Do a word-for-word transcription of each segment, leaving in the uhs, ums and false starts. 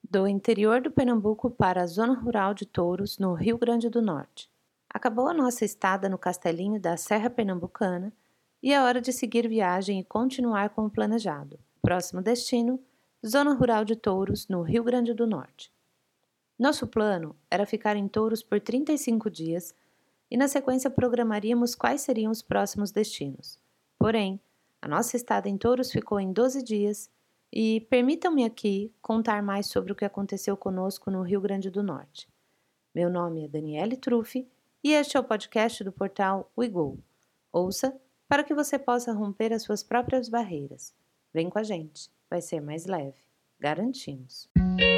Do interior do Pernambuco para a zona rural de Touros, no Rio Grande do Norte. Acabou a nossa estada no castelinho da Serra Pernambucana e é hora de seguir viagem e continuar com o planejado. Próximo destino, zona rural de Touros, no Rio Grande do Norte. Nosso plano era ficar em Touros por trinta e cinco dias e na sequência programaríamos quais seriam os próximos destinos. Porém, a nossa estada em Touros ficou em doze dias e permitam-me aqui contar mais sobre o que aconteceu conosco no Rio Grande do Norte. Meu nome é Daniele Truffi e este é o podcast do portal WeGo. Ouça para que você possa romper as suas próprias barreiras. Vem com a gente, vai ser mais leve, garantimos.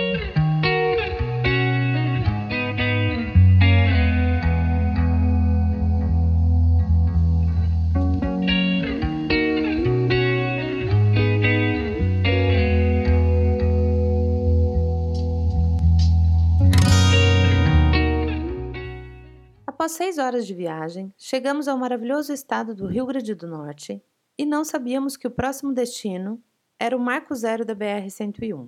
Após seis horas de viagem, chegamos ao maravilhoso estado do Rio Grande do Norte e não sabíamos que o próximo destino era o Marco Zero da B R cento e um.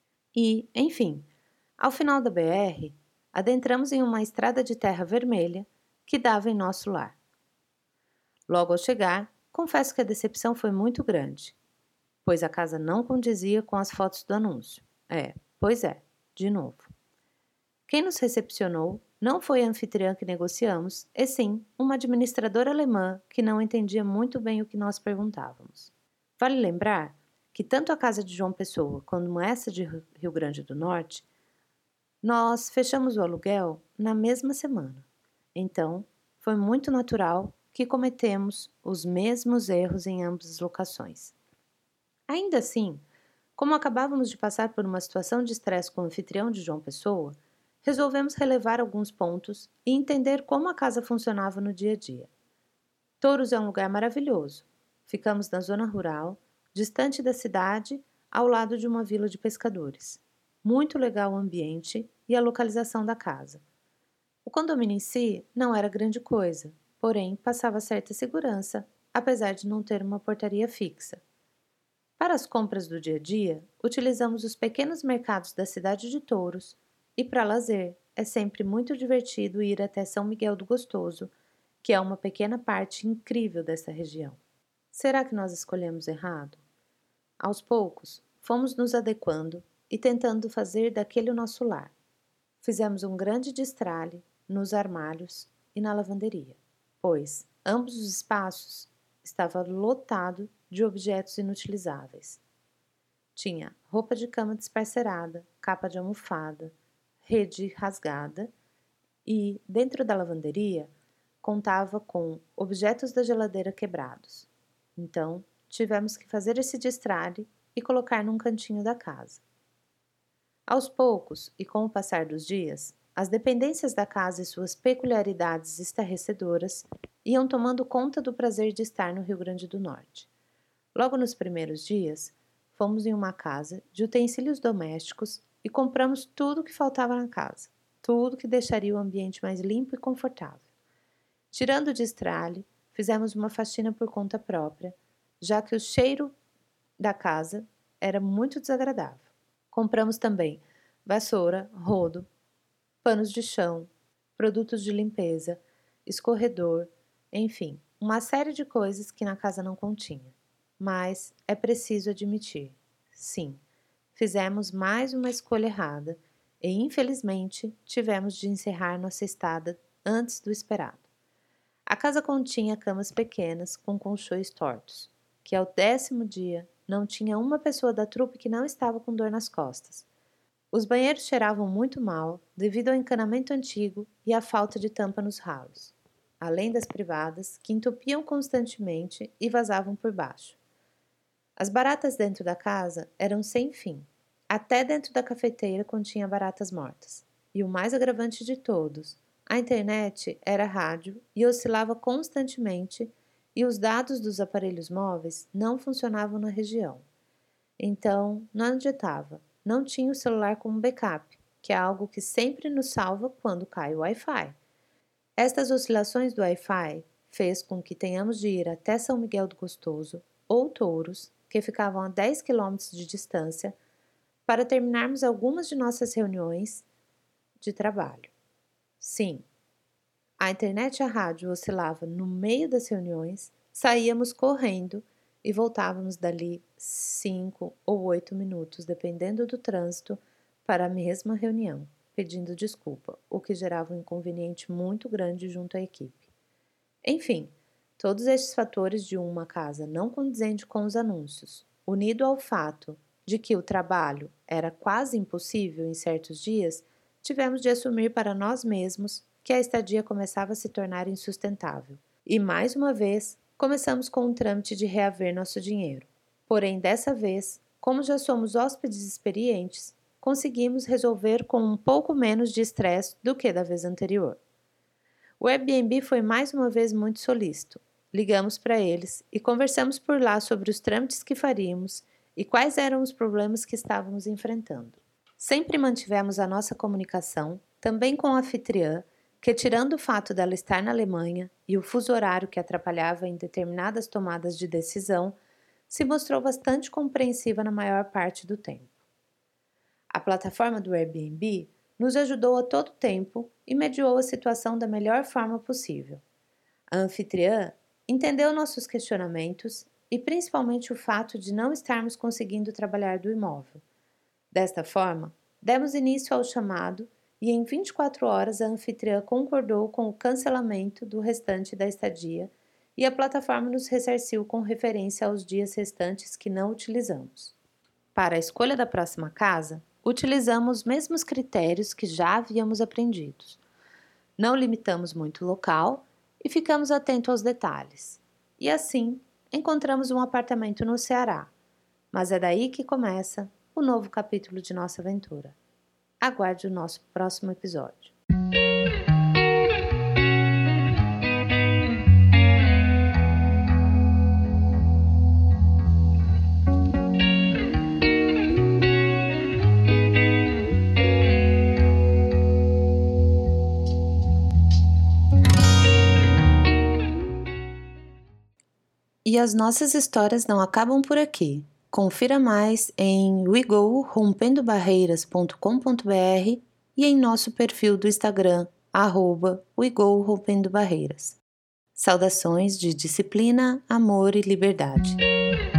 E, enfim, ao final da B R, adentramos em uma estrada de terra vermelha que dava em nosso lar. Logo ao chegar, confesso que a decepção foi muito grande, pois a casa não condizia com as fotos do anúncio. É, pois é, de novo. Quem nos recepcionou não foi a anfitriã que negociamos, e sim uma administradora alemã que não entendia muito bem o que nós perguntávamos. Vale lembrar que tanto a casa de João Pessoa como essa de Rio Grande do Norte, nós fechamos o aluguel na mesma semana. Então, foi muito natural que cometemos os mesmos erros em ambas as locações. Ainda assim, como acabávamos de passar por uma situação de estresse com o anfitrião de João Pessoa, resolvemos relevar alguns pontos e entender como a casa funcionava no dia a dia. Touros é um lugar maravilhoso. Ficamos na zona rural, distante da cidade, ao lado de uma vila de pescadores. Muito legal o ambiente e a localização da casa. O condomínio em si não era grande coisa, porém passava certa segurança, apesar de não ter uma portaria fixa. Para as compras do dia a dia, utilizamos os pequenos mercados da cidade de Touros. E para lazer, é sempre muito divertido ir até São Miguel do Gostoso, que é uma pequena parte incrível dessa região. Será que nós escolhemos errado? Aos poucos, fomos nos adequando e tentando fazer daquele o nosso lar. Fizemos um grande destralhe nos armários e na lavanderia, pois ambos os espaços estavam lotados de objetos inutilizáveis. Tinha roupa de cama desparcerada, capa de almofada, rede rasgada e, dentro da lavanderia, contava com objetos da geladeira quebrados. Então, tivemos que fazer esse destralhe e colocar num cantinho da casa. Aos poucos, e com o passar dos dias, as dependências da casa e suas peculiaridades estarrecedoras iam tomando conta do prazer de estar no Rio Grande do Norte. Logo nos primeiros dias, fomos em uma casa de utensílios domésticos e compramos tudo o que faltava na casa, tudo que deixaria o ambiente mais limpo e confortável. Tirando o destralhe, fizemos uma faxina por conta própria, já que o cheiro da casa era muito desagradável. Compramos também vassoura, rodo, panos de chão, produtos de limpeza, escorredor, enfim, uma série de coisas que na casa não continha. Mas é preciso admitir, sim, fizemos mais uma escolha errada e, infelizmente, tivemos de encerrar nossa estada antes do esperado. A casa continha camas pequenas com colchões tortos, que ao décimo dia não tinha uma pessoa da trupe que não estava com dor nas costas. Os banheiros cheiravam muito mal devido ao encanamento antigo e à falta de tampa nos ralos, além das privadas que entupiam constantemente e vazavam por baixo. As baratas dentro da casa eram sem fim. Até dentro da cafeteira continha baratas mortas. E o mais agravante de todos, a internet era rádio e oscilava constantemente e os dados dos aparelhos móveis não funcionavam na região. Então, não adiantava, não tinha o celular como backup, que é algo que sempre nos salva quando cai o Wi-Fi. Estas oscilações do Wi-Fi fez com que tenhamos de ir até São Miguel do Gostoso ou Touros, que ficavam a dez quilômetros de distância, para terminarmos algumas de nossas reuniões de trabalho. Sim, a internet e a rádio oscilavam no meio das reuniões, saíamos correndo e voltávamos dali cinco ou oito minutos, dependendo do trânsito, para a mesma reunião, pedindo desculpa, o que gerava um inconveniente muito grande junto à equipe. Enfim, todos estes fatores de uma casa não condizente com os anúncios, unido ao fato de que o trabalho era quase impossível em certos dias, tivemos de assumir para nós mesmos que a estadia começava a se tornar insustentável. E mais uma vez, começamos com um trâmite de reaver nosso dinheiro. Porém, dessa vez, como já somos hóspedes experientes, conseguimos resolver com um pouco menos de estresse do que da vez anterior. O Airbnb foi mais uma vez muito solícito. Ligamos para eles e conversamos por lá sobre os trâmites que faríamos e quais eram os problemas que estávamos enfrentando. Sempre mantivemos a nossa comunicação, também com a anfitriã, que, tirando o fato dela estar na Alemanha e o fuso horário que atrapalhava em determinadas tomadas de decisão, se mostrou bastante compreensiva na maior parte do tempo. A plataforma do Airbnb nos ajudou a todo tempo e mediou a situação da melhor forma possível. A anfitriã entendeu nossos questionamentos e principalmente o fato de não estarmos conseguindo trabalhar do imóvel. Desta forma, demos início ao chamado e em vinte e quatro horas a anfitriã concordou com o cancelamento do restante da estadia e a plataforma nos ressarciu com referência aos dias restantes que não utilizamos. Para a escolha da próxima casa, utilizamos os mesmos critérios que já havíamos aprendido. Não limitamos muito o local e ficamos atentos aos detalhes. E assim, encontramos um apartamento no Ceará. Mas é daí que começa o novo capítulo de nossa aventura. Aguarde o nosso próximo episódio. E as nossas histórias não acabam por aqui. Confira mais em we go rompendo barreiras ponto com ponto b r e em nosso perfil do Instagram, arroba we go rompendo barreiras. Saudações de disciplina, amor e liberdade.